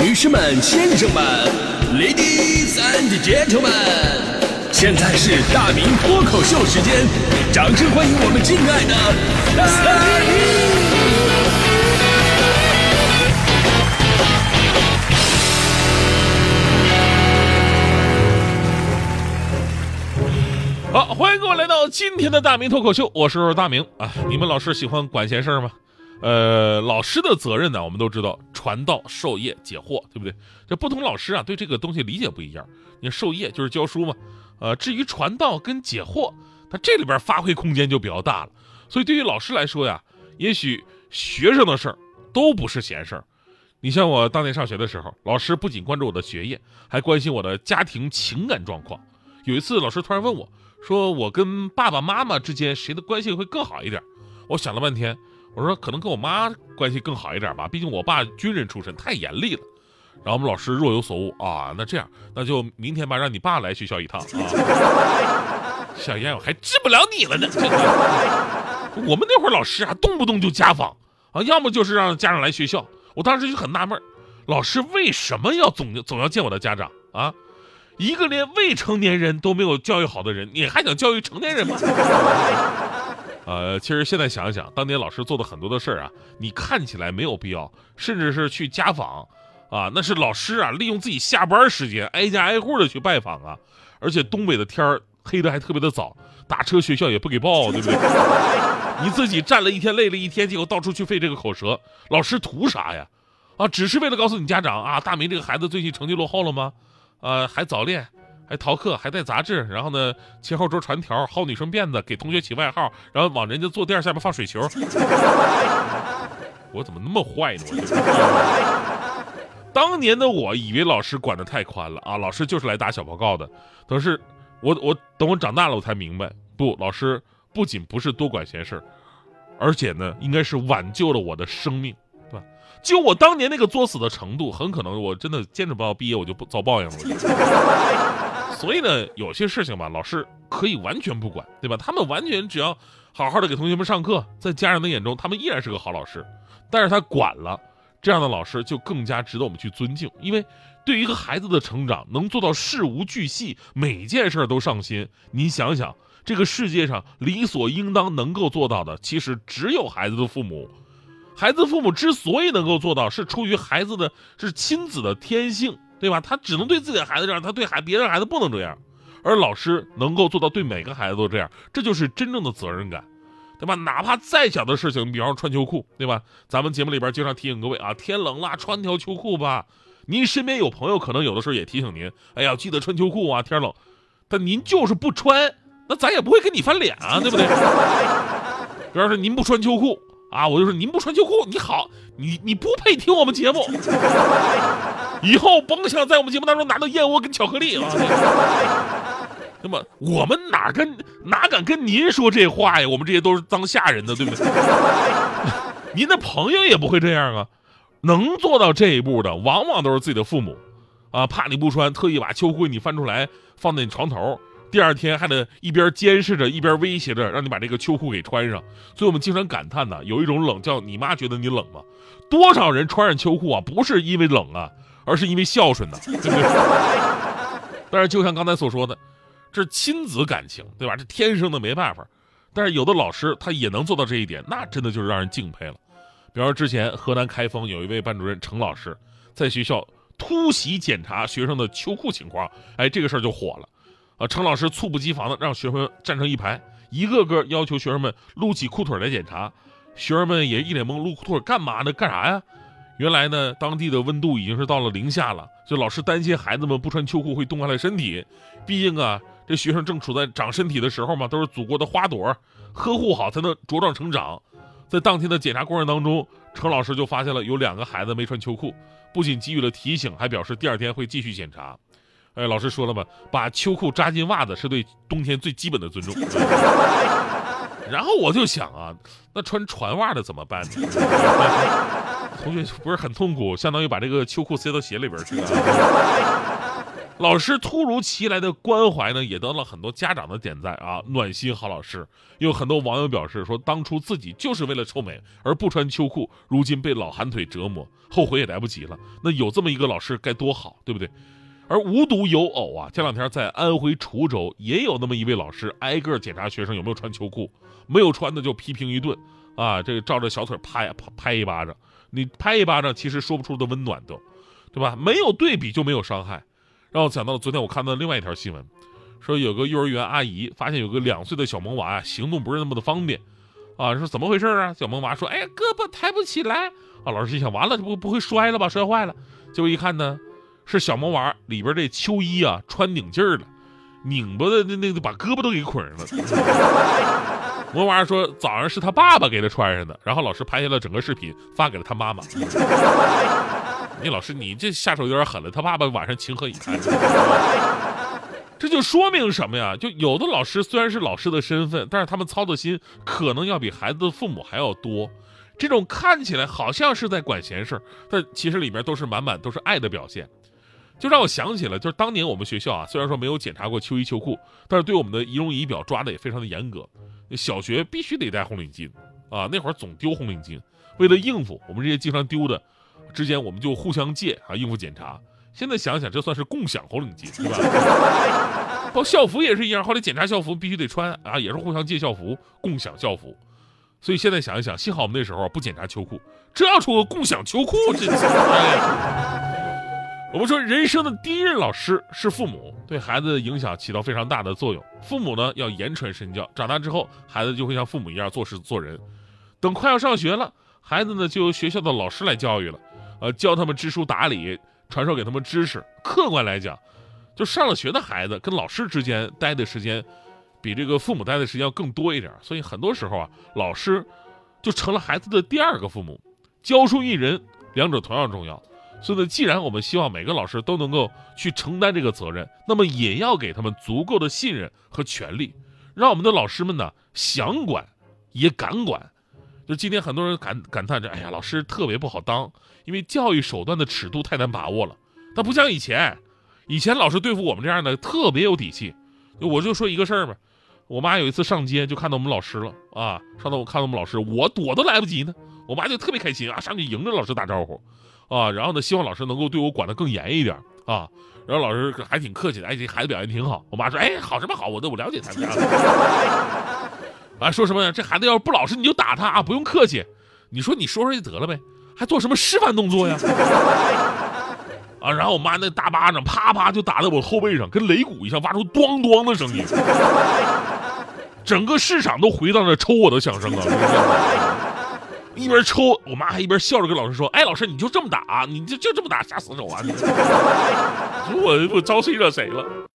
女士们、先生们 ，Ladies and Gentlemen， 现在是大明脱口秀时间，掌声欢迎我们敬爱的大明！ 好，欢迎各位来到今天的大明脱口秀，我是大明啊。你们老师喜欢管闲事吗？老师的责任呢，我们都知道，传道授业解惑，对不对？这不同老师啊，对这个东西理解不一样。你授业就是教书嘛，至于传道跟解惑，它这里边发挥空间就比较大了。所以对于老师来说呀，也许学生的事儿都不是闲事儿。你像我当年上学的时候，老师不仅关注我的学业，还关心我的家庭情感状况。有一次，老师突然问我，说我跟爸爸妈妈之间谁的关系会更好一点？我想了半天，我说可能跟我妈关系更好一点吧，毕竟我爸军人出身，太严厉了。然后我们老师若有所悟啊，那这样，那就明天吧，让你爸来学校一趟啊。小燕，我还治不了你了呢。我们那会儿老师啊，动不动就家访啊，要么就是让家长来学校。我当时就很纳闷，老师为什么要总要见我的家长啊？一个连未成年人都没有教育好的人，你还想教育成年人吗？其实现在想一想，当年老师做的很多的事儿啊，你看起来没有必要，甚至是去家访啊，那是老师啊利用自己下班时间挨家挨户的去拜访啊，而且东北的天儿黑的还特别的早，打车学校也不给报，对不对？你自己站了一天累了一天，结果到处去费这个口舌，老师图啥呀？啊，只是为了告诉你家长啊，大明这个孩子最近成绩落后了吗？还早恋，还逃课，还带杂志，然后呢，前后桌传条，薅女生辫子，给同学起外号，然后往人家坐垫下面放水球。我怎么那么坏呢？当年的我以为老师管得太宽了啊，老师就是来打小报告的。等我长大了，我才明白，不，老师不仅不是多管闲事，而且呢，应该是挽救了我的生命。就我当年那个作死的程度，很可能我真的坚持不到毕业，我就不遭报应了。所以呢，有些事情吧，老师可以完全不管，对吧？他们完全只要好好的给同学们上课，在家长的眼中，他们依然是个好老师。但是他管了，这样的老师就更加值得我们去尊敬，因为对于一个孩子的成长，能做到事无巨细，每件事都上心。你想想，这个世界上理所应当能够做到的，其实只有孩子的父母。孩子父母之所以能够做到，是出于孩子的是亲子的天性，对吧？他只能对自己的孩子这样，他对别人孩子不能这样。而老师能够做到对每个孩子都这样，这就是真正的责任感，对吧？哪怕再小的事情，比方说穿秋裤，对吧？咱们节目里边经常提醒各位啊，天冷了穿条秋裤吧。您身边有朋友可能有的时候也提醒您，哎呀，记得穿秋裤啊，天冷。但您就是不穿，那咱也不会跟你翻脸啊，对不对？比方说您不穿秋裤啊，我就说您不穿秋裤，你好，你不配听我们节目，以后甭想在我们节目当中拿到燕窝跟巧克力啊！那么我们哪敢跟您说这话呀？我们这些都是当下人的，对不对？您的朋友也不会这样啊，能做到这一步的，往往都是自己的父母啊，怕你不穿，特意把秋裤你翻出来放在你床头。第二天还得一边监视着一边威胁着让你把这个秋裤给穿上，所以我们经常感叹呢，有一种冷叫你妈觉得你冷吗？多少人穿上秋裤啊，不是因为冷啊，而是因为孝顺呢，对不对？但是就像刚才所说的，这是亲子感情，对吧？这天生的没办法。但是有的老师他也能做到这一点，那真的就是让人敬佩了。比方说之前河南开封有一位班主任程老师，在学校突袭检查学生的秋裤情况，哎，这个事儿就火了。程老师猝不及防的让学生们站成一排，一个个要求学生们撸起裤腿来检查。学生们也一脸懵，撸裤腿干嘛呢？干啥呀？原来呢，当地的温度已经是到了零下了，就老师担心孩子们不穿秋裤会冻坏了身体。毕竟啊，这学生正处在长身体的时候嘛，都是祖国的花朵，呵护好才能茁壮成长。在当天的检查过程当中，程老师就发现了有2个孩子没穿秋裤，不仅给予了提醒，还表示第2天会继续检查。老师说了吧，把秋裤扎进袜子是对冬天最基本的尊重。然后我就想啊，那穿船袜的怎么办呢？同学不是很痛苦，相当于把这个秋裤塞到鞋里边去了。 老师突如其来的关怀呢，也得到了很多家长的点赞啊，暖心好老师。有很多网友表示说，当初自己就是为了臭美而不穿秋裤，如今被老寒腿折磨，后悔也来不及了。那有这么一个老师该多好，对不对？而无独有偶啊，前两天在安徽滁州也有那么一位老师，挨个检查学生有没有穿秋裤，没有穿的就批评一顿啊，这个照着小腿拍一巴掌，你拍一巴掌其实说不出的温暖都，对吧？没有对比就没有伤害。让我想到了昨天我看到另外一条新闻，说有个幼儿园阿姨发现有个2岁的小萌娃行动不是那么的方便，啊，说怎么回事啊？小萌娃说，哎呀，胳膊抬不起来啊。老师心想，完了，这不会摔了吧？摔坏了。结果一看呢，是小萌娃里边这秋衣啊穿拧劲儿了，拧巴的那个把胳膊都给捆上了。萌娃说早上是他爸爸给他穿上的，然后老师拍下了整个视频发给了他妈妈。老师你这下手有点狠了，他爸爸晚上情何以堪？这就说明什么呀？就有的老师虽然是老师的身份，但是他们操的心可能要比孩子的父母还要多。这种看起来好像是在管闲事，但其实里面满满都是爱的表现。就让我想起了，就是当年我们学校啊，虽然说没有检查过秋衣秋裤，但是对我们的仪容仪表抓的也非常的严格。小学必须得戴红领巾啊，那会儿总丢红领巾，为了应付我们这些经常丢的，之间我们就互相借啊，应付检查。现在想想，这算是共享红领巾，对吧？包括校服也是一样，后来检查校服必须得穿啊，也是互相借校服，共享校服。所以现在想一想，幸好我们那时候不检查秋裤，这要出个共享秋裤，这我们说人生的第一任老师是父母，对孩子的影响起到非常大的作用。父母呢要言传身教，长大之后孩子就会像父母一样做事做人。等快要上学了，孩子呢就由学校的老师来教育了，教他们知书达理，传授给他们知识。客观来讲，就上了学的孩子跟老师之间待的时间比这个父母待的时间要更多一点，所以很多时候啊，老师就成了孩子的第二个父母。教书育人，两者同样重要。所以呢，既然我们希望每个老师都能够去承担这个责任，那么也要给他们足够的信任和权利，让我们的老师们呢想管也敢管。就今天很多人感叹着，哎呀，老师特别不好当，因为教育手段的尺度太难把握了。但不像以前老师对付我们这样的特别有底气。我就说一个事儿吧，我妈有一次上街就看到我们老师了啊，看到我们老师，我躲都来不及呢，我妈就特别开心啊，上去迎着老师打招呼。啊，然后呢，希望老师能够对我管得更严一点啊。然后老师还挺客气的，哎，这孩子表现挺好。我妈说，哎，好什么好？我了解他们家的。啊，说什么呢？这孩子要是不老实，你就打他啊，不用客气。你说就得了呗，还做什么示范动作呀？啊，然后我妈那大巴掌啪啪就打在我后背上，跟擂鼓一样，发出咣咣的声音，整个市场都回荡着抽我的响声啊。一边抽，我妈还一边笑着跟老师说：“哎，老师你就这么打啊？你就这么打，下死手啊！你我招谁惹谁了？”